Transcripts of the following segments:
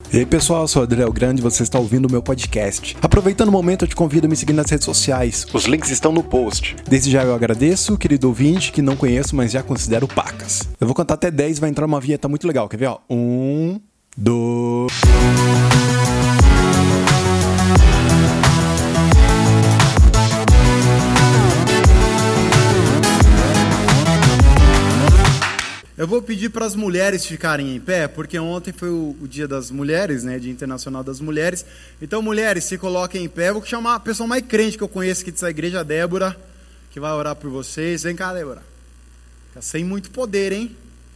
E aí pessoal, eu sou o Adriel Grande e você está ouvindo o meu podcast. Aproveitando o momento, eu te convido a me seguir nas redes sociais. Os links estão no post. Desde já eu agradeço, querido ouvinte, que não conheço, mas já considero pacas. Eu vou contar até 10 e vai entrar uma vinheta muito legal, quer ver? Ó? 1, 2... Eu vou pedir para as mulheres ficarem em pé, porque ontem foi o Dia das Mulheres, né, Dia Internacional das Mulheres. Então, mulheres, se coloquem em pé. Eu vou chamar a pessoa mais crente que eu conheço aqui dessa igreja, a Débora, que vai orar por vocês. Vem cá, Débora. Fica sem muito poder, hein?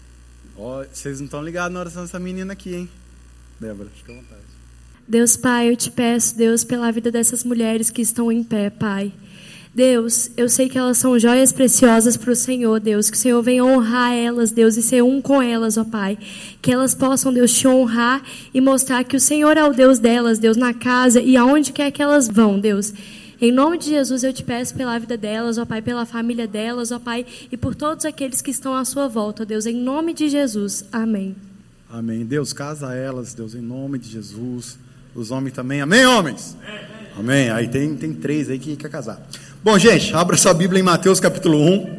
Ó, vocês não estão ligados na oração dessa menina aqui, hein? Débora, fica à vontade. Deus Pai, eu te peço, Deus, pela vida dessas mulheres que estão em pé, Pai. Deus, eu sei que elas são joias preciosas para o Senhor, Deus, que o Senhor venha honrar elas, Deus, e ser um com elas, ó Pai, que elas possam, Deus, te honrar e mostrar que o Senhor é o Deus delas, Deus, na casa e aonde quer que elas vão, Deus. Em nome de Jesus, eu te peço pela vida delas, ó Pai, pela família delas, ó Pai, e por todos aqueles que estão à sua volta, Deus, em nome de Jesus, amém. Amém. Deus, casa elas, Deus, em nome de Jesus. Os homens também, amém, homens? Amém. Aí tem 3 aí que quer casar. Bom, gente, abra sua Bíblia em Mateus capítulo 1.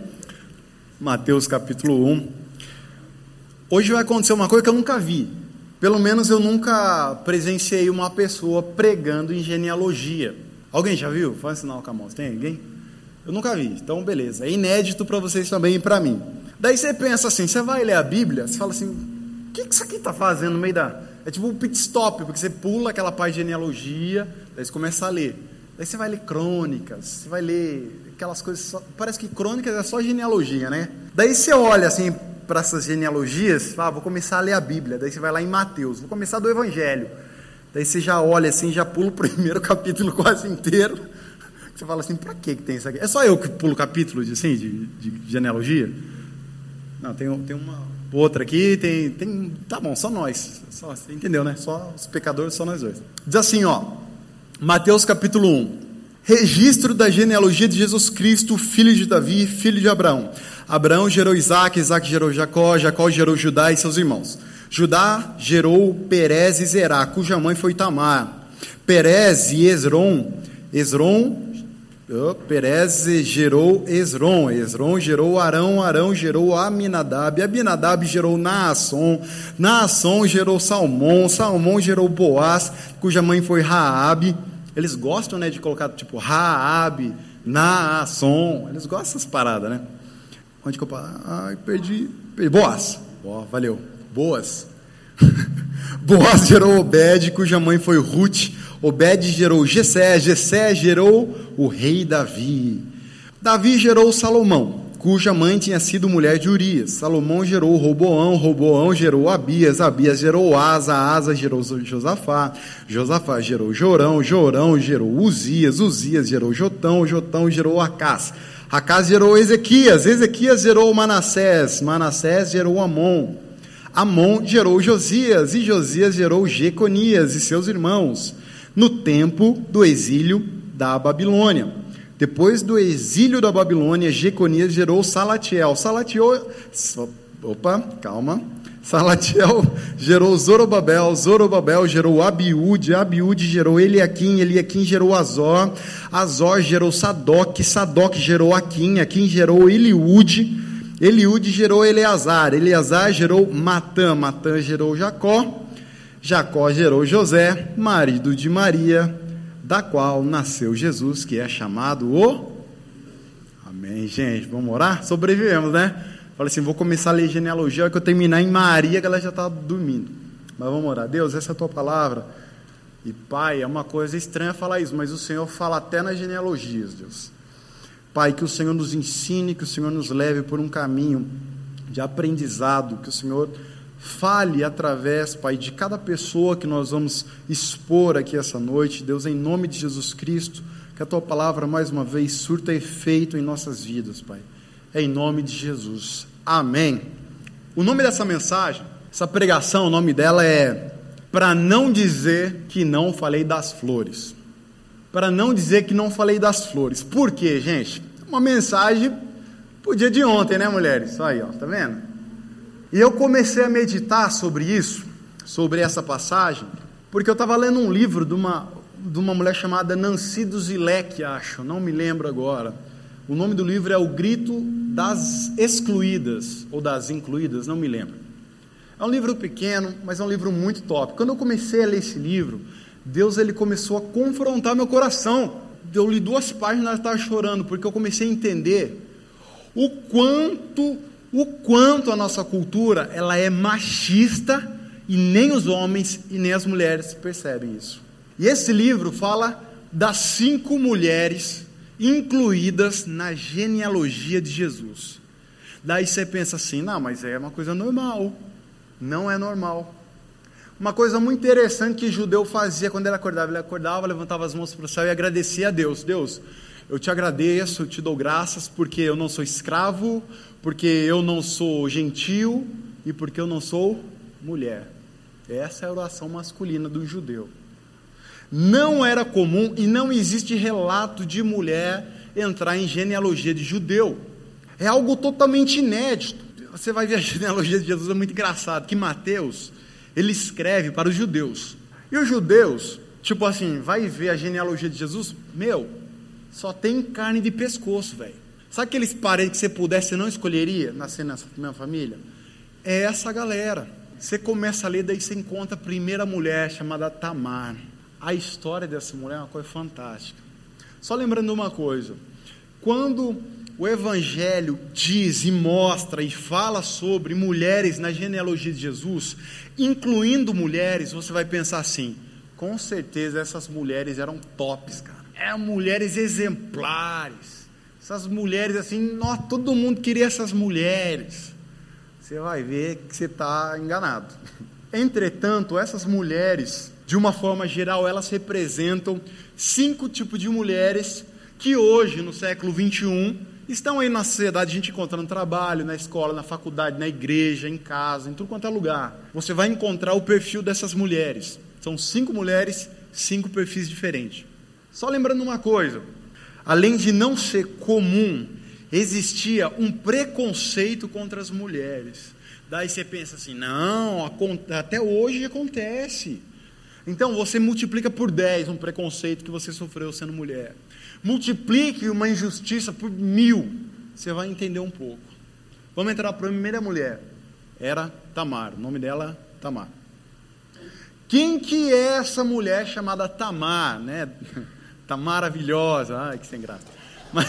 Mateus capítulo 1. Hoje vai acontecer uma coisa que eu nunca vi. Pelo menos eu nunca presenciei uma pessoa pregando em genealogia. Alguém já viu? Faz sinal com a mão. Tem alguém? Eu nunca vi. Então, beleza. É inédito para vocês também e para mim. Daí você pensa assim, você vai ler a Bíblia, você fala assim, o que isso aqui está fazendo no meio da... É tipo um pit stop, porque você pula aquela parte de genealogia, daí você começa a ler. Daí você vai ler crônicas, você vai ler aquelas coisas... Parece que crônicas é só genealogia, né? Daí você olha assim para essas genealogias, fala, vou começar a ler a Bíblia. Daí você vai lá em Mateus, vou começar do Evangelho. Daí você já olha assim, já pula o primeiro capítulo quase inteiro. Você fala assim, pra que tem isso aqui? É só eu que pulo o capítulo de genealogia? Não, tem uma... Outra aqui, tem... Tá bom, só nós. Só, você entendeu, né? Só os pecadores, só nós dois. Diz assim, ó. Mateus capítulo 1. Registro da genealogia de Jesus Cristo, filho de Davi, filho de Abraão. Abraão gerou Isaac, Isaac gerou Jacó, Jacó gerou Judá e seus irmãos. Judá gerou Perez e Zerá, cuja mãe foi Tamar. Perez e Perez gerou Esrom, Esrom gerou Arão, Arão gerou Aminadab, Aminadab gerou Naasson, Naasson gerou Salmão, Salmão gerou Boaz, cuja mãe foi Raabe. Eles gostam, né, de colocar tipo Raabe, Naasson, eles gostam dessas paradas, né? Onde que eu paro? Ai, perdi. Boaz, valeu, Boaz. Boaz gerou Obed, cuja mãe foi Ruth. Obed gerou Jessé, Jessé gerou o rei Davi. Davi gerou Salomão, cuja mãe tinha sido mulher de Urias. Salomão gerou Roboão, Roboão gerou Abias, Abias gerou Asa, Asa gerou Josafá, Josafá gerou Jorão, Jorão gerou Uzias, Uzias gerou Jotão, Jotão gerou Acás, Acás gerou Ezequias, Ezequias gerou Manassés, Manassés gerou Amon, Amon gerou Josias, e Josias gerou Jeconias e seus irmãos, no tempo do exílio da Babilônia. Depois do exílio da Babilônia, Jeconias gerou Salatiel. Salatiel gerou Zorobabel. Zorobabel gerou Abiúde. Abiúde gerou Eliaquim. Eliaquim gerou Azor. Azor gerou Sadoc. Sadoc gerou Aquim. Aquim gerou Eliúde. Eliúde gerou Eleazar. Eleazar gerou Matã. Matã gerou Jacó. Jacó gerou José, marido de Maria, da qual nasceu Jesus, que é chamado o... Amém, gente, vamos orar? Sobrevivemos, né? Falei assim, vou começar a ler genealogia, que eu terminar em Maria, que ela já está dormindo. Mas vamos orar. Deus, essa é a tua palavra. E Pai, é uma coisa estranha falar isso, mas o Senhor fala até nas genealogias, Deus. Pai, que o Senhor nos ensine, que o Senhor nos leve por um caminho de aprendizado, que o Senhor... fale através, Pai, de cada pessoa que nós vamos expor aqui essa noite. Deus, em nome de Jesus Cristo, que a Tua palavra, mais uma vez, surta efeito em nossas vidas, Pai. É em nome de Jesus. Amém. O nome dessa mensagem, essa pregação, o nome dela é Para Não Dizer Que Não Falei das Flores. Para não dizer que não falei das flores. Por quê, gente? Uma mensagem pro dia de ontem, né, mulheres? Aí, ó, tá vendo? E eu comecei a meditar sobre isso, sobre essa passagem, Porque eu estava lendo um livro de uma mulher chamada Nancy Duzilek, acho, não me lembro agora. O nome do livro é O Grito das Excluídas, ou das Incluídas, não me lembro. É um livro pequeno, mas é um livro muito top. Quando eu comecei a ler esse livro, Deus ele começou a confrontar meu coração. Eu li 2 páginas e estava chorando, porque eu comecei a entender o quanto a nossa cultura ela é machista, e nem os homens e nem as mulheres percebem isso. E esse livro fala das 5 mulheres incluídas na genealogia de Jesus. Daí você pensa assim, não, mas é uma coisa normal. Não é normal. Uma coisa muito interessante que o judeu fazia quando ele acordava, levantava as mãos para o céu e agradecia a Deus. Deus, eu te agradeço, eu te dou graças porque eu não sou escravo, porque eu não sou gentil e porque eu não sou mulher. Essa é a oração masculina do judeu. Não era comum e não existe relato de mulher entrar em genealogia de judeu. É algo totalmente inédito. Você vai ver a genealogia de Jesus, é muito engraçado, que Mateus, ele escreve para os judeus. E os judeus, tipo assim, vai ver a genealogia de Jesus, só tem carne de pescoço, velho. Sabe aqueles parentes que você pudesse, você não escolheria nascer nessa mesma família? É essa galera. Você começa a ler, daí você encontra a primeira mulher chamada Tamar. A história dessa mulher é uma coisa fantástica. Só lembrando uma coisa, quando o Evangelho diz e mostra e fala sobre mulheres na genealogia de Jesus, incluindo mulheres, você vai pensar assim, com certeza essas mulheres eram tops, cara. Eram mulheres exemplares. Essas mulheres assim, todo mundo queria essas mulheres. Você vai ver que você está enganado. Entretanto, essas mulheres, de uma forma geral, elas representam 5 tipos de mulheres que hoje, no século 21, estão aí na sociedade, a gente encontra no trabalho, na escola, na faculdade, na igreja, em casa, em tudo quanto é lugar. Você vai encontrar o perfil dessas mulheres. São 5 mulheres, 5 perfis diferentes. Só lembrando uma coisa, além de não ser comum, existia um preconceito contra as mulheres. Daí você pensa assim, não, até hoje acontece. Então você multiplica por 10 um preconceito que você sofreu sendo mulher. Multiplique uma injustiça por 1000, você vai entender um pouco. Vamos entrar para a primeira mulher. Era Tamar, o nome dela Tamar. Quem que é essa mulher chamada Tamar, né? Tá maravilhosa, ai que sem graça. Mas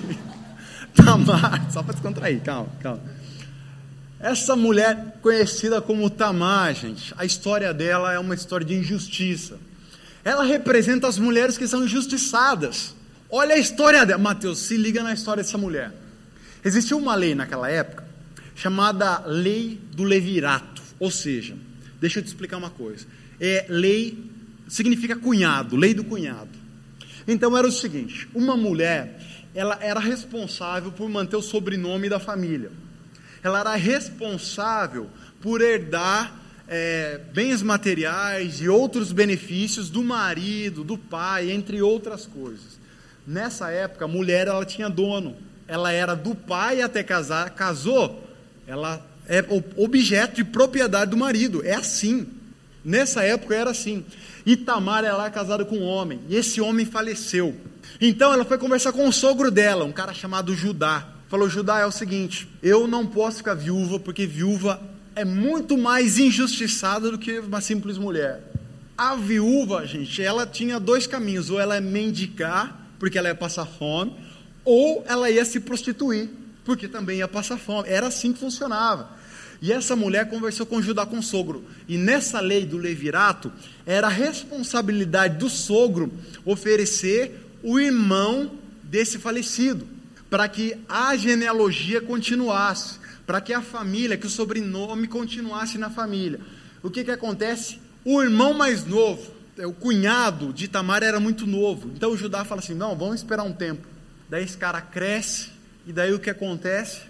Tamar, só para descontrair, calma. Essa mulher conhecida como Tamar, gente, a história dela é uma história de injustiça. Ela representa as mulheres que são injustiçadas. Olha a história dela. Mateus, se liga na história dessa mulher. Existia uma lei naquela época, chamada Lei do Levirato. Ou seja, deixa eu te explicar uma coisa. Lei significa cunhado, lei do cunhado. Então era o seguinte, uma mulher, ela era responsável por manter o sobrenome da família. Ela era responsável por herdar bens materiais e outros benefícios do marido, do pai, entre outras coisas. Nessa época, a mulher ela tinha dono. Ela era do pai até casar. Casou, ela é objeto de propriedade do marido. É assim. Nessa época era assim. E Tamar ela era casada com um homem. E esse homem faleceu. Então ela foi conversar com o sogro dela, um cara chamado Judá. Falou, Judá, é o seguinte, eu não posso ficar viúva, porque viúva é muito mais injustiçada do que uma simples mulher. A viúva, gente, ela tinha 2 caminhos, ou ela ia mendigar, porque ela ia passar fome, ou ela ia se prostituir, porque também ia passar fome. Era assim que funcionava. E essa mulher conversou com Judá, com o sogro, e nessa lei do levirato, era a responsabilidade do sogro oferecer o irmão desse falecido, para que a genealogia continuasse, para que a família, que o sobrenome continuasse na família. O que acontece? O irmão mais novo, o cunhado de Tamar era muito novo, então o Judá fala assim, não, vamos esperar um tempo. Daí esse cara cresce, e daí o que acontece?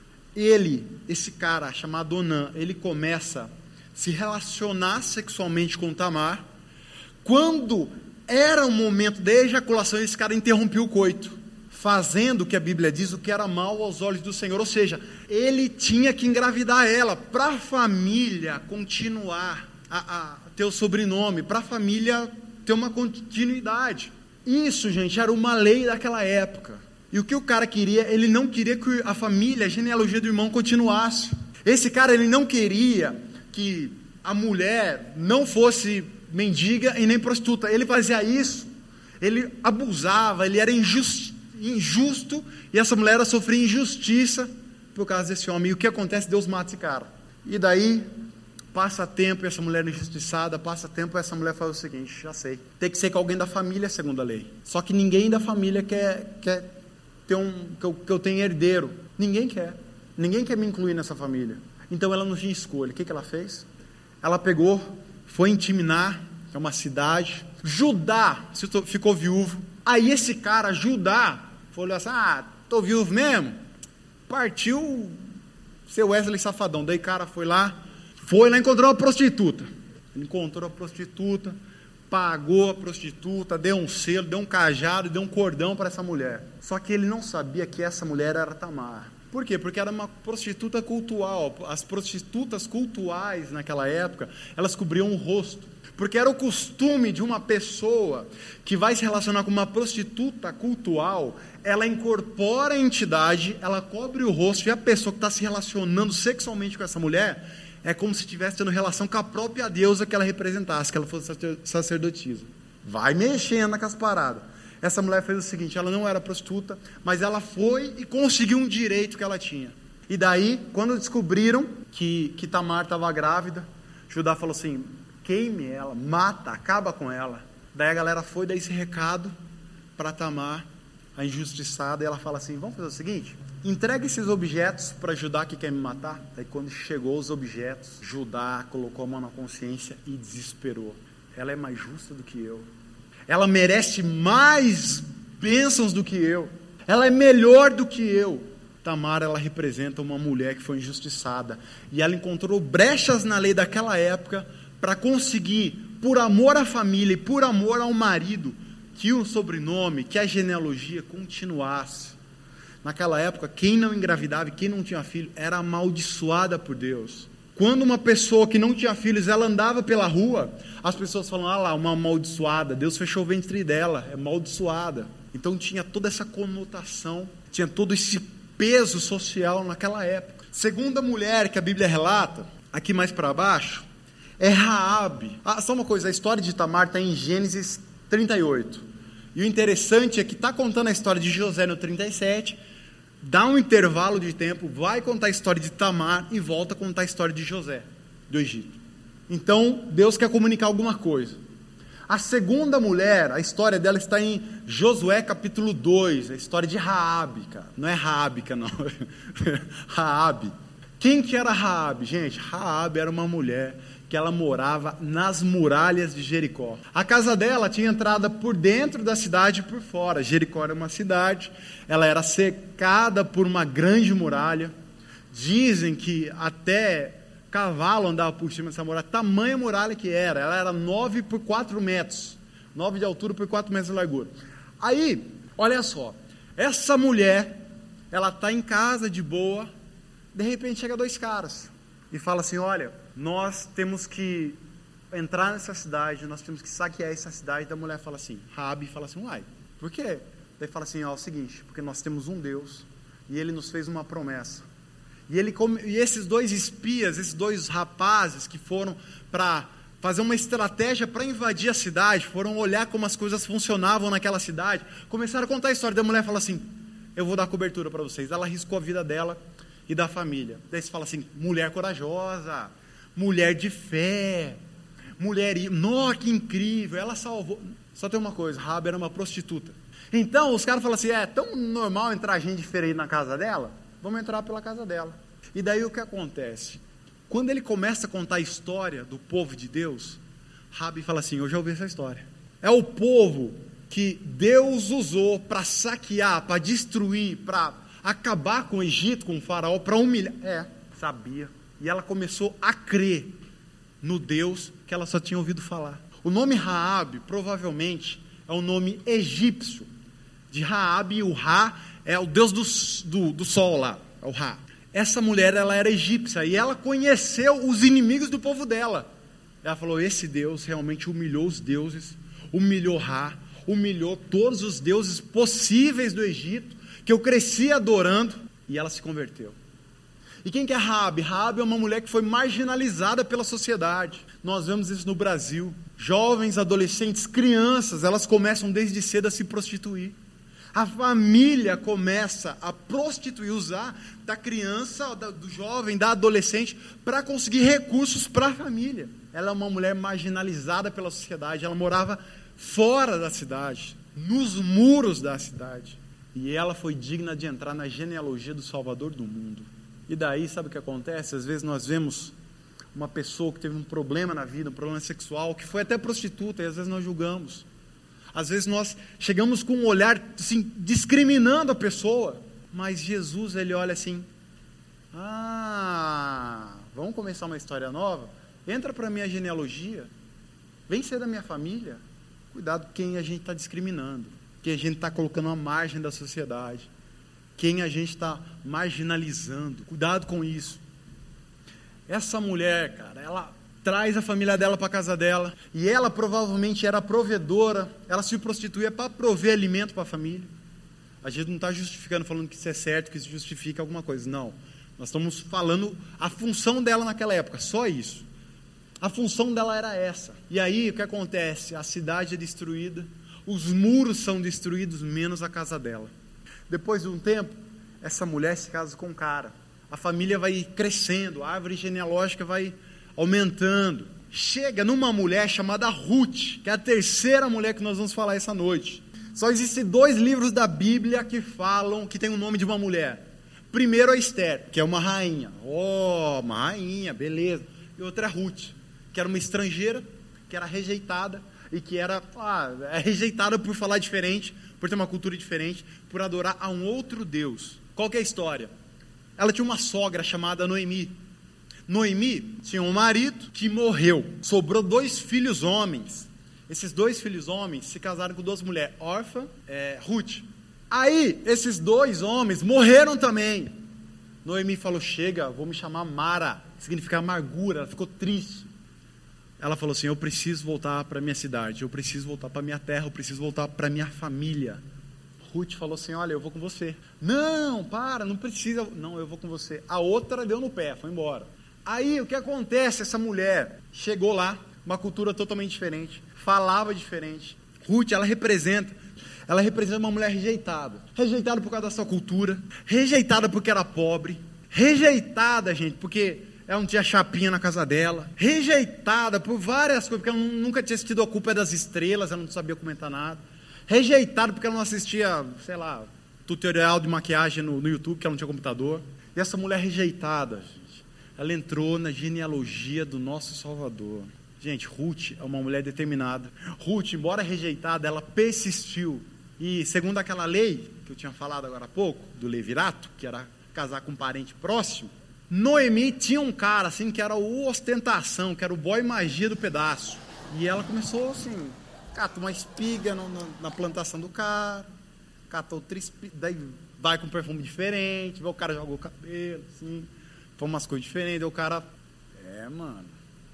Esse cara chamado Onã, ele começa a se relacionar sexualmente com Tamar. Quando era o momento da ejaculação, esse cara interrompeu o coito, fazendo o que a Bíblia diz, o que era mal aos olhos do Senhor, ou seja, ele tinha que engravidar ela, para a família continuar, ter o sobrenome, para a família ter uma continuidade. Isso, gente, era uma lei daquela época. E o que o cara queria, ele não queria que a família, a genealogia do irmão continuasse. Esse cara, ele não queria que a mulher não fosse mendiga e nem prostituta. Ele fazia isso, ele abusava, ele era injusto, e essa mulher sofria injustiça por causa desse homem. E o que acontece? Deus mata esse cara. E daí, passa tempo e essa mulher é injustiçada, passa tempo e essa mulher faz o seguinte: já sei, tem que ser com alguém da família, segundo a lei. Só que ninguém da família quer ter que eu tenha herdeiro. Ninguém quer me incluir nessa família. Então ela não tinha escolha. O que ela fez? Ela pegou, foi em Timná, que é uma cidade. Judá ficou viúvo. Aí esse cara, Judá, falou assim: tô viúvo mesmo? Partiu ser Wesley Safadão. Daí o cara foi lá, encontrou uma prostituta. Ele encontrou a prostituta, pagou a prostituta, deu um selo, deu um cajado, deu um cordão para essa mulher. Só que ele não sabia que essa mulher era Tamar. Por quê? Porque era uma prostituta cultual. As prostitutas cultuais naquela época, elas cobriam o rosto. Porque era o costume de uma pessoa que vai se relacionar com uma prostituta cultual, ela incorpora a entidade, ela cobre o rosto, e a pessoa que está se relacionando sexualmente com essa mulher é como se estivesse tendo relação com a própria deusa que ela representasse, que ela fosse sacerdotisa. Vai mexendo com as paradas. Essa mulher fez o seguinte: ela não era prostituta, mas ela foi e conseguiu um direito que ela tinha. E daí, quando descobriram que Tamar estava grávida, Judá falou assim: queime ela, mata, acaba com ela. Daí a galera foi dar esse recado para Tamar, a injustiçada, e ela fala assim: vamos fazer o seguinte, entregue esses objetos para Judá que quer me matar. Daí quando chegou os objetos, Judá colocou a mão na consciência e desesperou. Ela é mais justa do que eu. Ela merece mais bênçãos do que eu. Ela é melhor do que eu. Tamar, ela representa uma mulher que foi injustiçada. E ela encontrou brechas na lei daquela época para conseguir, por amor à família e por amor ao marido, que o sobrenome, que a genealogia continuasse. Naquela época, quem não engravidava e quem não tinha filho era amaldiçoada por Deus. Quando uma pessoa que não tinha filhos, ela andava pela rua, as pessoas falam: lá, uma amaldiçoada, Deus fechou o ventre dela, é amaldiçoada. Então tinha toda essa conotação, tinha todo esse peso social naquela época. Segunda mulher que a Bíblia relata, aqui mais para baixo, é Raabe. Só uma coisa, a história de Tamar está em Gênesis 38. E o interessante é que está contando a história de José no 37, dá um intervalo de tempo, vai contar a história de Tamar e volta a contar a história de José, do Egito. Então, Deus quer comunicar alguma coisa. A segunda mulher, a história dela está em Josué capítulo 2, a história de Raabe, cara. Não é Raabica, não. Raabe. Quem que era Raabe? Gente, Raabe era uma mulher que ela morava nas muralhas de Jericó. A casa dela tinha entrada por dentro da cidade e por fora. Jericó era uma cidade, ela era cercada por uma grande muralha. Dizem que até cavalo andava por cima dessa muralha, tamanha muralha que era. Ela era 9 por 4 metros, 9 de altura por 4 metros de largura. Aí, olha só, essa mulher, ela está em casa de boa, de repente chega 2 caras e fala assim: olha, nós temos que entrar nessa cidade, nós temos que saquear essa cidade. Da mulher fala assim, Raabe fala assim: uai, por quê? Daí fala assim: ó, é o seguinte, porque nós temos um Deus e Ele nos fez uma promessa. E esses 2 espias, esses 2 rapazes que foram para fazer uma estratégia para invadir a cidade, foram olhar como as coisas funcionavam naquela cidade, começaram a contar a história. Da mulher fala assim: eu vou dar cobertura para vocês. Ela arriscou a vida dela e da família. Daí você fala assim: mulher corajosa, mulher de fé, mulher, nossa, que incrível, ela salvou. Só tem uma coisa, Raabe era uma prostituta. Então os caras falam assim: é tão normal entrar gente diferente na casa dela, vamos entrar pela casa dela. E daí o que acontece? Quando ele começa a contar a história do povo de Deus, Raabe fala assim: eu já ouvi essa história. É o povo que Deus usou para saquear, para destruir, para acabar com o Egito, com o faraó, para humilhar. Sabia. E ela começou a crer no Deus que ela só tinha ouvido falar. O nome Raabe provavelmente é o nome egípcio de Raabe. O Ra é o deus do sol lá, é o Ra. Essa mulher, ela era egípcia e ela conheceu os inimigos do povo dela. Ela falou, esse Deus realmente humilhou os deuses, humilhou Ra, humilhou todos os deuses possíveis do Egito, que eu cresci adorando, e ela se converteu. E quem que é Raabe? Raabe é uma mulher que foi marginalizada pela sociedade. Nós vemos isso no Brasil. Jovens, adolescentes, crianças, elas começam desde cedo a se prostituir. A família começa a prostituir, usar da criança, do jovem, da adolescente, para conseguir recursos para a família. Ela é uma mulher marginalizada pela sociedade, ela morava fora da cidade, nos muros da cidade. E ela foi digna de entrar na genealogia do Salvador do mundo. E daí, sabe o que acontece? Às vezes nós vemos uma pessoa que teve um problema na vida, um problema sexual, que foi até prostituta, e às vezes nós julgamos. Às vezes nós chegamos com um olhar assim, discriminando a pessoa, mas Jesus, ele olha assim, vamos começar uma história nova? Entra para a minha genealogia, vem ser da minha família. Cuidado com quem a gente está discriminando, quem a gente está colocando à margem da sociedade, quem a gente está marginalizando. Cuidado com isso. Essa mulher, cara, ela traz a família dela para a casa dela, e ela provavelmente era provedora, ela se prostituía para prover alimento para a família. A gente não está justificando, falando que isso é certo, que isso justifica alguma coisa, não. Nós estamos falando a função dela naquela época, só isso. A função dela era essa. E aí, o que acontece? A cidade é destruída, os muros são destruídos, menos a casa dela. Depois de um tempo, essa mulher se casa com um cara. A família vai crescendo, a árvore genealógica vai aumentando. Chega numa mulher chamada Ruth, que é a terceira mulher que nós vamos falar essa noite. Só existem 2 livros da Bíblia que falam, que tem o nome de uma mulher. Primeiro é Esther, que é uma rainha. Uma rainha, beleza. E outra é Ruth, que era uma estrangeira, que era rejeitada, e que era rejeitada por falar diferente, por ter uma cultura diferente, por adorar a um outro Deus. Qual que é a história? Ela tinha uma sogra chamada Noemi. Noemi tinha um marido que morreu, sobrou 2 filhos homens. Esses 2 filhos homens se casaram com 2 mulheres, Orfa, Ruth. Aí, esses 2 homens morreram também. Noemi falou, chega, vou me chamar Mara, que significa amargura. Ela ficou triste. Ela falou assim, eu preciso voltar para a minha cidade, eu preciso voltar para a minha terra, eu preciso voltar para a minha família. Ruth falou assim, olha, eu vou com você. Não, não precisa. Não, eu vou com você. A outra deu no pé, foi embora. Aí, o que acontece? Essa mulher chegou lá, uma cultura totalmente diferente, falava diferente. Ruth, ela representa uma mulher rejeitada. Rejeitada por causa da sua cultura, rejeitada porque era pobre, rejeitada, gente, porque ela não tinha chapinha na casa dela, rejeitada por várias coisas, porque ela nunca tinha assistido A Culpa é das Estrelas, ela não sabia comentar nada, rejeitada porque ela não assistia, tutorial de maquiagem no YouTube, que ela não tinha computador. E essa mulher rejeitada, gente, ela entrou na genealogia do nosso Salvador. Gente, Ruth é uma mulher determinada. Ruth, embora rejeitada, ela persistiu. E segundo aquela lei que eu tinha falado agora há pouco, do levirato, que era casar com um parente próximo, Noemi tinha um cara assim que era o ostentação, que era o boy magia do pedaço. E ela começou assim, catou uma espiga na plantação do cara, catou 3 espigas, daí vai com um perfume diferente, o cara jogou o cabelo, assim, foi umas coisas diferentes, daí o cara, mano,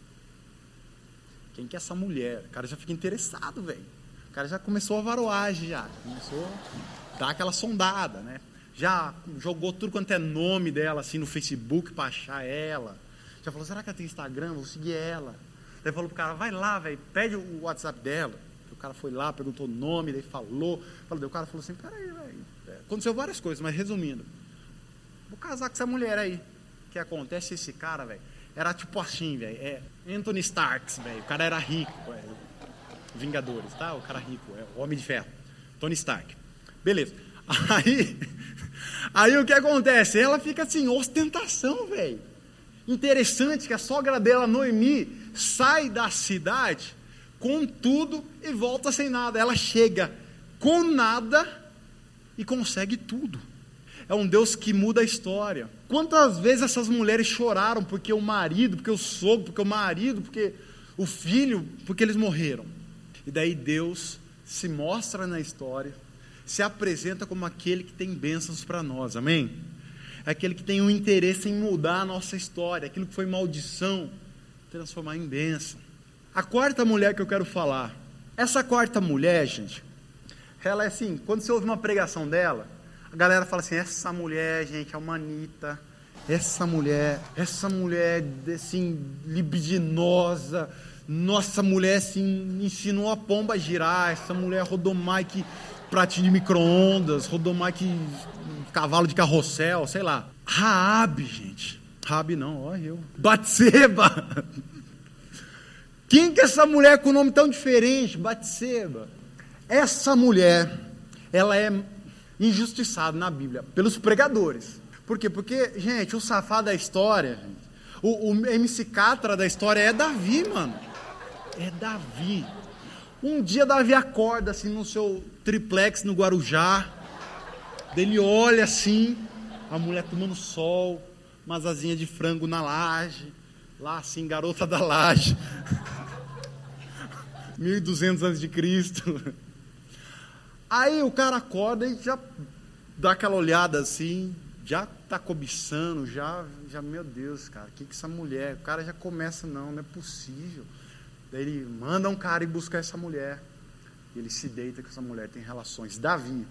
quem que é essa mulher? O cara já fica interessado, velho. O cara já começou a varoagem, começou a dar aquela sondada, né? Já jogou tudo quanto é nome dela, assim, no Facebook pra achar ela. Já falou, será que ela tem Instagram? Vou seguir ela. Daí falou pro cara, vai lá, velho, pede o WhatsApp dela. O cara foi lá, perguntou o nome, daí falou. Daí o cara falou assim, peraí, velho. Aconteceu várias coisas, mas resumindo, vou casar com essa mulher aí. O que acontece, esse cara, velho, era tipo assim, velho, Anthony Starks, velho, o cara era rico, Vingadores, tá? O cara rico, o Homem de Ferro, Tony Stark. Beleza. Aí o que acontece? Ela fica assim, ostentação, velho. Interessante que a sogra dela, Noemi, sai da cidade com tudo e volta sem nada. Ela chega com nada e consegue tudo. É um Deus que muda a história. Quantas vezes essas mulheres choraram porque o marido, porque o sogro, porque o marido, porque o filho, porque eles morreram. E daí Deus se mostra na história, se apresenta como aquele que tem bênçãos para nós, amém? É aquele que tem um interesse em mudar a nossa história, aquilo que foi maldição, transformar em bênção. A quarta mulher que eu quero falar, essa quarta mulher, gente, ela é assim, quando você ouve uma pregação dela, a galera fala assim, essa mulher, gente, é uma Anitta, essa mulher, assim, libidinosa, nossa mulher, assim, ensinou a pomba a girar, essa mulher rodou mais que pratinho de micro-ondas, rodou mais que cavalo de carrossel, sei lá. Raabe, gente, Raabe não, olha eu. Batseba. Quem que é essa mulher com nome tão diferente? Batseba. Essa mulher, ela é injustiçada na Bíblia pelos pregadores. Por quê? Porque, gente, o safado da história, gente, o MC Catra da história é Davi, mano. É Davi. Um dia Davi acorda assim no seu triplex no Guarujá, ele olha assim, a mulher tomando sol, umas asinhas de frango na laje, lá assim, garota da laje, 1200 a.C. Aí o cara acorda e já dá aquela olhada assim, já tá cobiçando, já meu Deus, cara, o que essa mulher, o cara já começa, não é possível. Daí ele manda um cara ir buscar essa mulher, ele se deita com essa mulher, tem relações. Davi,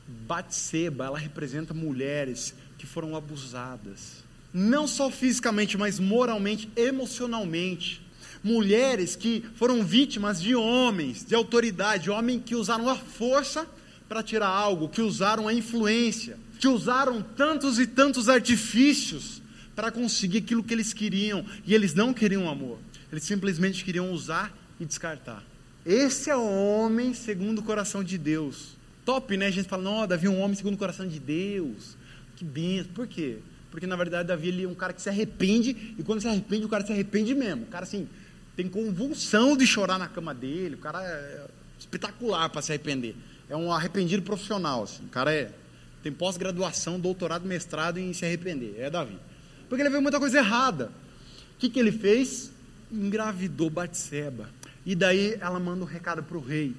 Batseba, ela representa mulheres que foram abusadas, não só fisicamente, mas moralmente, emocionalmente. Mulheres que foram vítimas de homens, de autoridade, homens que usaram a força para tirar algo, que usaram a influência, que usaram tantos e tantos artifícios para conseguir aquilo que eles queriam, e eles não queriam amor, eles simplesmente queriam usar e descartar. Esse é o homem segundo o coração de Deus. Top, né? A gente fala, não, Davi é um homem segundo o coração de Deus, que benção. Por quê? Porque na verdade Davi ele é um cara que se arrepende, e quando se arrepende, o cara se arrepende mesmo. O cara assim, tem convulsão de chorar na cama dele, o cara é espetacular para se arrepender. É um arrependido profissional, assim. O cara tem pós-graduação, doutorado, mestrado em se arrepender. É Davi. Porque ele viu muita coisa errada. O que ele fez? Engravidou Batseba. E daí ela manda um recado para o rei.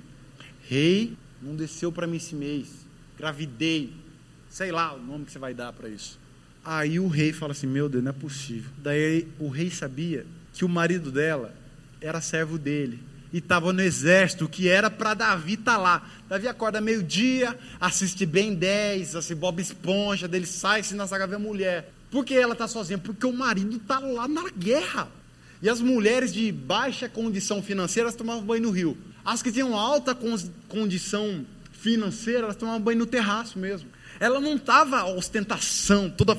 Rei, não desceu para mim esse mês. Gravidei. Sei lá o nome que você vai dar para isso. Aí o rei fala assim, meu Deus, não é possível. Daí o rei sabia que o marido dela era servo dele. E estava no exército, que era para Davi estar lá. Davi acorda meio-dia, assiste Ben 10, assiste Bob Esponja, dele sai se na saga ver a mulher. Por que ela está sozinha? Porque o marido está lá na guerra. E as mulheres de baixa condição financeira, elas tomavam banho no rio. As que tinham alta condição financeira, elas tomavam banho no terraço mesmo. Ela não estava ostentação, toda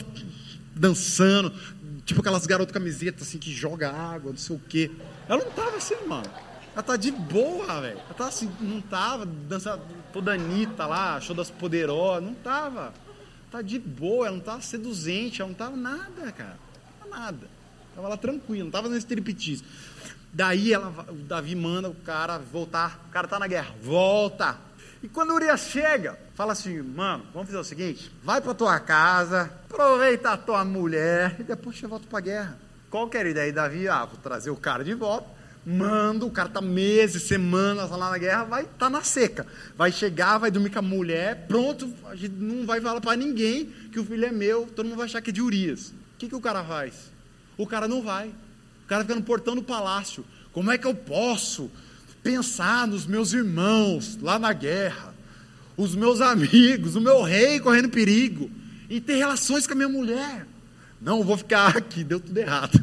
dançando, tipo aquelas garotas camisetas assim, que joga água, não sei o quê. Ela não estava assim, mano. Ela tá de boa, velho. Ela tá assim, não tava dançando toda Anitta lá, show das poderosas, não tava. Tá de boa, ela não tava seduzente, ela não tava nada, cara. Não tava nada. Tava lá tranquilo, não tava nesse striptease. Daí o Davi manda o cara voltar, o cara tá na guerra, volta. E quando o Urias chega, fala assim, mano, vamos fazer o seguinte, vai pra tua casa, aproveita a tua mulher, e depois você volta pra guerra. Qual que era a ideia? Davi, vou trazer o cara de volta, manda, o cara tá meses, semanas lá na guerra, vai tá na seca, vai chegar, vai dormir com a mulher, pronto, a gente não vai falar pra ninguém que o filho é meu, todo mundo vai achar que é de Urias. O que o cara faz? O cara não vai, o cara fica no portão do palácio. Como é que eu posso pensar nos meus irmãos lá na guerra, os meus amigos, o meu rei correndo perigo, e ter relações com a minha mulher? Não, eu vou ficar aqui, deu tudo errado,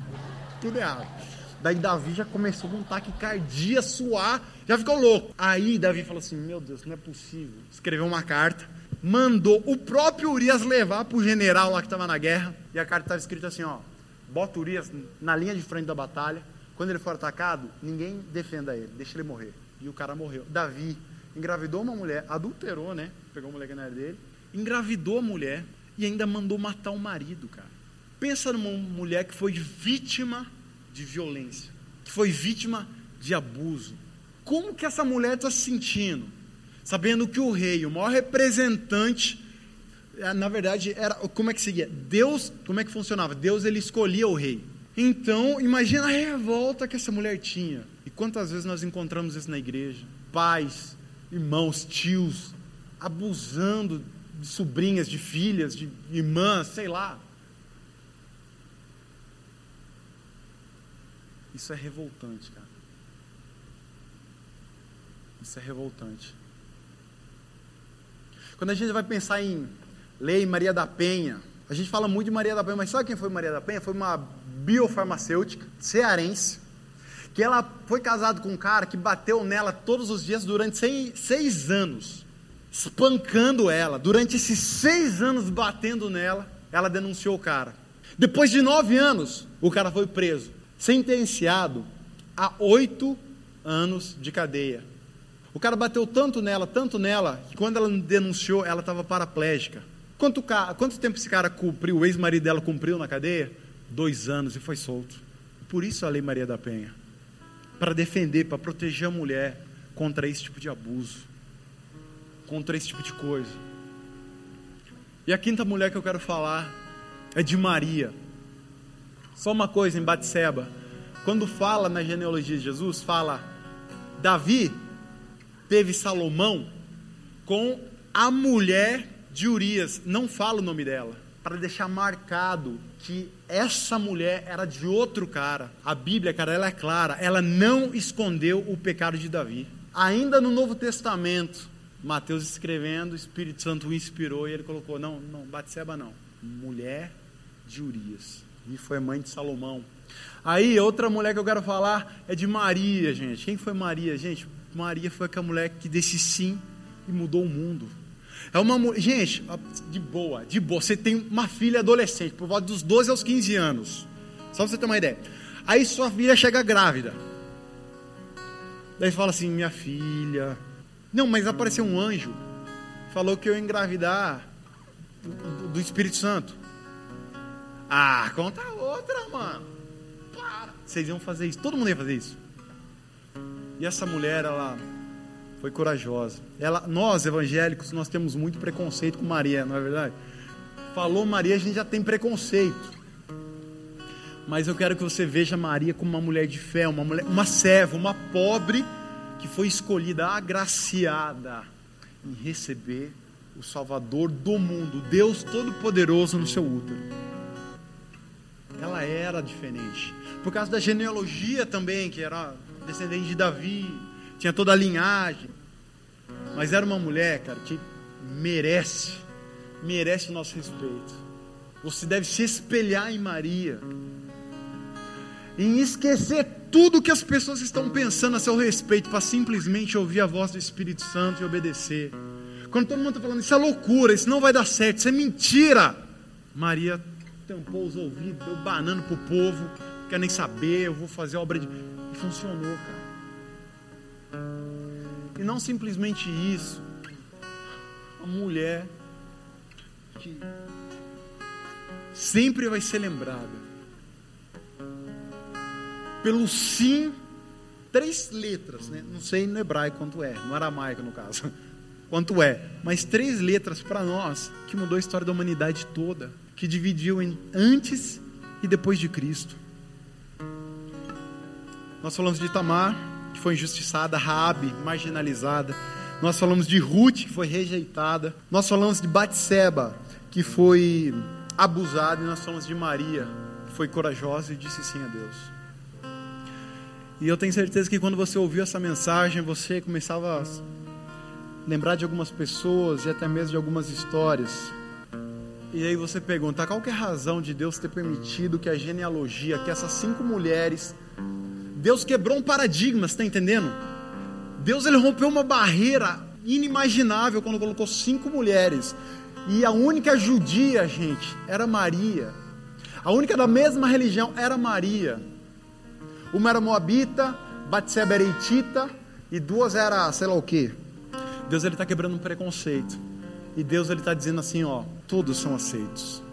tudo errado. Daí Davi já começou com um taquicardia, suar, já ficou louco. Aí Davi falou assim, meu Deus, não é possível. Escreveu uma carta, mandou o próprio Urias levar para o general lá que estava na guerra, e a carta estava escrita assim, bota o Urias na linha de frente da batalha, quando ele for atacado, ninguém defenda ele, deixa ele morrer. E o cara morreu. Davi engravidou uma mulher, adulterou, né? Pegou a mulher que não era dele, engravidou a mulher e ainda mandou matar o marido, cara. Pensa numa mulher que foi vítima de violência, que foi vítima de abuso. Como que essa mulher está se sentindo? Sabendo que o rei, o maior representante, na verdade, era, como é que seguia? Deus, como é que funcionava? Deus, ele escolhia o rei. Então, imagina a revolta que essa mulher tinha. E quantas vezes nós encontramos isso na igreja? Pais, irmãos, tios, abusando de sobrinhas, de filhas, de irmãs, sei lá. Isso é revoltante, cara. Isso é revoltante. Quando a gente vai pensar em Lei Maria da Penha, a gente fala muito de Maria da Penha, mas sabe quem foi Maria da Penha? Foi uma biofarmacêutica cearense, que ela foi casada com um cara que bateu nela todos os dias durante 6 anos, espancando ela. Durante esses 6 anos batendo nela, ela denunciou o cara. Depois de 9 anos, o cara foi preso, sentenciado a 8 anos de cadeia. O cara bateu tanto nela, que quando ela denunciou, ela estava paraplégica. Quanto tempo esse cara cumpriu, o ex-marido dela cumpriu na cadeia? 2 anos e foi solto. Por isso a Lei Maria da Penha. Para defender, para proteger a mulher contra esse tipo de abuso, contra esse tipo de coisa. E a quinta mulher que eu quero falar é de Maria. Só uma coisa em Batseba. Quando fala na genealogia de Jesus, fala: Davi teve Salomão com a mulher de Urias. Não fala o nome dela, para deixar marcado que essa mulher era de outro cara. A Bíblia, cara, ela é clara, ela não escondeu o pecado de Davi. Ainda no Novo Testamento, Mateus escrevendo, o Espírito Santo o inspirou e ele colocou: não, Batseba não, mulher de Urias, e foi mãe de Salomão. Aí, outra mulher que eu quero falar é de Maria, gente. Quem foi Maria, gente? Maria foi aquela mulher que disse sim e mudou o mundo. É uma mulher, gente, de boa, você tem uma filha adolescente, por volta dos 12 aos 15 anos, só pra você ter uma ideia. Aí sua filha chega grávida, daí fala assim: minha filha, não, mas apareceu um anjo, falou que eu ia engravidar do Espírito Santo. Ah, conta outra, mano, para. Vocês iam fazer isso, todo mundo ia fazer isso. E essa mulher, ela foi corajosa. Nós evangélicos, nós temos muito preconceito com Maria, não é verdade? Falou Maria, a gente já tem preconceito. Mas eu quero que você veja Maria como uma mulher de fé, uma serva, uma pobre que foi escolhida, agraciada em receber o Salvador do mundo, Deus Todo-Poderoso no seu útero. Ela era diferente, por causa da genealogia também, que era descendente de Davi, tinha toda a linhagem, mas era uma mulher, cara, que merece o nosso respeito. Você deve se espelhar em Maria, em esquecer tudo que as pessoas estão pensando a seu respeito, para simplesmente ouvir a voz do Espírito Santo e obedecer. Quando todo mundo está falando: isso é loucura, isso não vai dar certo, isso é mentira, Maria tampou os ouvidos, deu banana para o povo: não quer nem saber, eu vou fazer obra de... E funcionou, cara. E não simplesmente isso, a mulher que sempre vai ser lembrada pelo sim, 3 letras, né? Não sei no hebraico quanto é, no aramaico no caso, quanto é, mas 3 letras para nós, que mudou a história da humanidade toda, que dividiu em antes e depois de Cristo. Nós falamos de Tamar, que foi injustiçada, Raabe, marginalizada. Nós falamos de Ruth, que foi rejeitada. Nós falamos de Batseba, que foi abusada. E nós falamos de Maria, que foi corajosa e disse sim a Deus. E eu tenho certeza que quando você ouviu essa mensagem, você começava a lembrar de algumas pessoas e até mesmo de algumas histórias. E aí você pergunta: qual que é a razão de Deus ter permitido que a genealogia, que essas 5 mulheres... Deus quebrou um paradigma, você está entendendo? Deus, ele rompeu uma barreira inimaginável quando colocou 5 mulheres. E a única judia, gente, era Maria. A única da mesma religião era Maria. Uma era moabita, Batseba era hitita, e 2 era sei lá o quê. Deus, ele está quebrando um preconceito. E Deus, ele está dizendo assim, ó: todos são aceitos.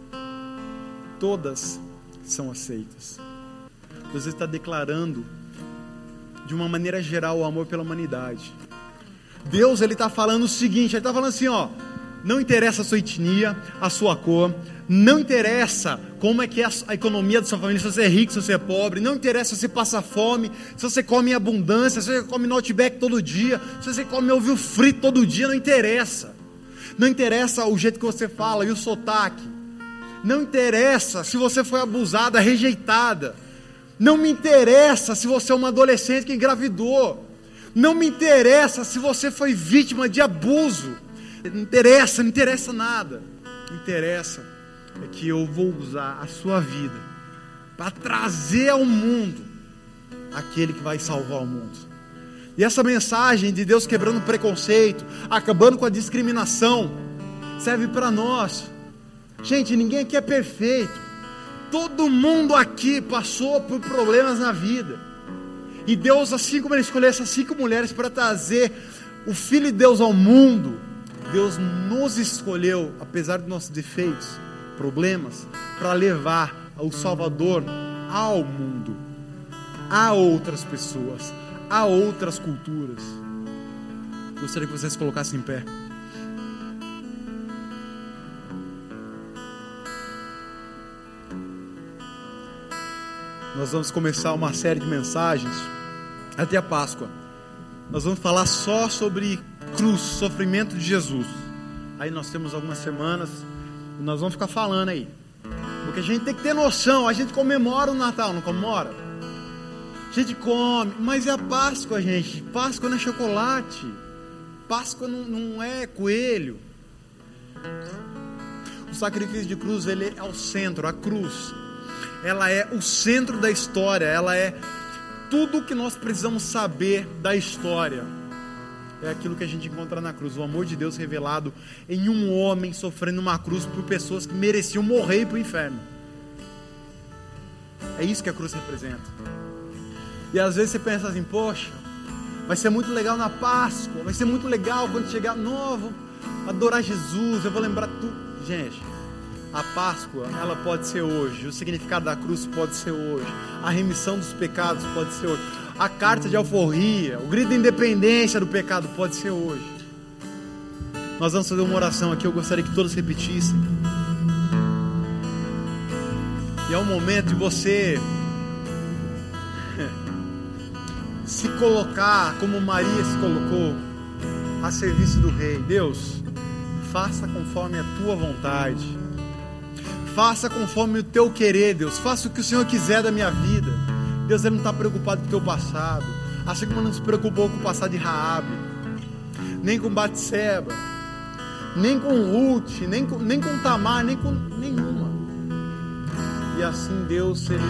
Todas são aceitas. Deus está declarando de uma maneira geral o amor pela humanidade. Deus, ele está falando o seguinte, ele está falando assim, ó: não interessa a sua etnia, a sua cor, não interessa como é que é a economia da sua família, se você é rico, se você é pobre, não interessa se você passa fome, se você come em abundância, se você come no Outback todo dia, se você come ovo frito todo dia, não interessa. Não interessa o jeito que você fala e o sotaque. Não interessa se você foi abusada, rejeitada. Não me interessa se você é uma adolescente que engravidou. Não me interessa se você foi vítima de abuso. Não interessa nada. O que interessa é que eu vou usar a sua vida para trazer ao mundo aquele que vai salvar o mundo. E essa mensagem de Deus quebrando o preconceito, acabando com a discriminação, serve para nós. Gente, ninguém aqui é perfeito. Todo mundo aqui passou por problemas na vida. E Deus, assim como Ele escolheu essas 5 mulheres para trazer o Filho de Deus ao mundo, Deus nos escolheu, apesar dos nossos defeitos, problemas, para levar o Salvador ao mundo, a outras pessoas, a outras culturas. Gostaria que vocês se colocassem em pé. Nós vamos começar uma série de mensagens até a Páscoa. Nós vamos falar só sobre cruz, sofrimento de Jesus. Aí nós temos algumas semanas e nós vamos ficar falando aí. Porque a gente tem que ter noção, a gente comemora o Natal, não comemora? A gente come, mas é a Páscoa, gente. Páscoa não é chocolate. Páscoa não é coelho. O sacrifício de cruz, ele é o centro, a cruz. Ela é o centro da história, ela é tudo o que nós precisamos saber da história. É aquilo que a gente encontra na cruz, o amor de Deus revelado em um homem sofrendo uma cruz por pessoas que mereciam morrer e ir para o inferno. É isso que a cruz representa. E às vezes você pensa assim, poxa, vai ser muito legal na Páscoa, vai ser muito legal quando chegar novo, adorar Jesus, eu vou lembrar tudo. Gente, a Páscoa, ela pode ser hoje, o significado da cruz pode ser hoje, a remissão dos pecados pode ser hoje, a carta de alforria, o grito de independência do pecado pode ser hoje. Nós vamos fazer uma oração aqui, eu gostaria que todos repetissem. E é um momento de você se colocar como Maria se colocou a serviço do Rei. Deus, faça conforme a tua vontade. Faça conforme o teu querer, Deus. Faça o que o Senhor quiser da minha vida. Deus, Ele não está preocupado com o teu passado. Assim como não se preocupou com o passado de Raabe, nem com Batseba, nem com Ruth, nem com Tamar, nem com nenhuma. E assim Deus, Ele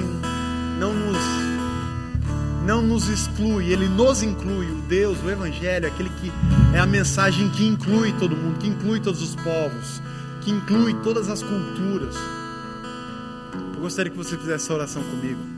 não nos exclui, Ele nos inclui. O Deus, o Evangelho, aquele que é a mensagem que inclui todo mundo, que inclui todos os povos, que inclui todas as culturas. Eu gostaria que você fizesse essa oração comigo.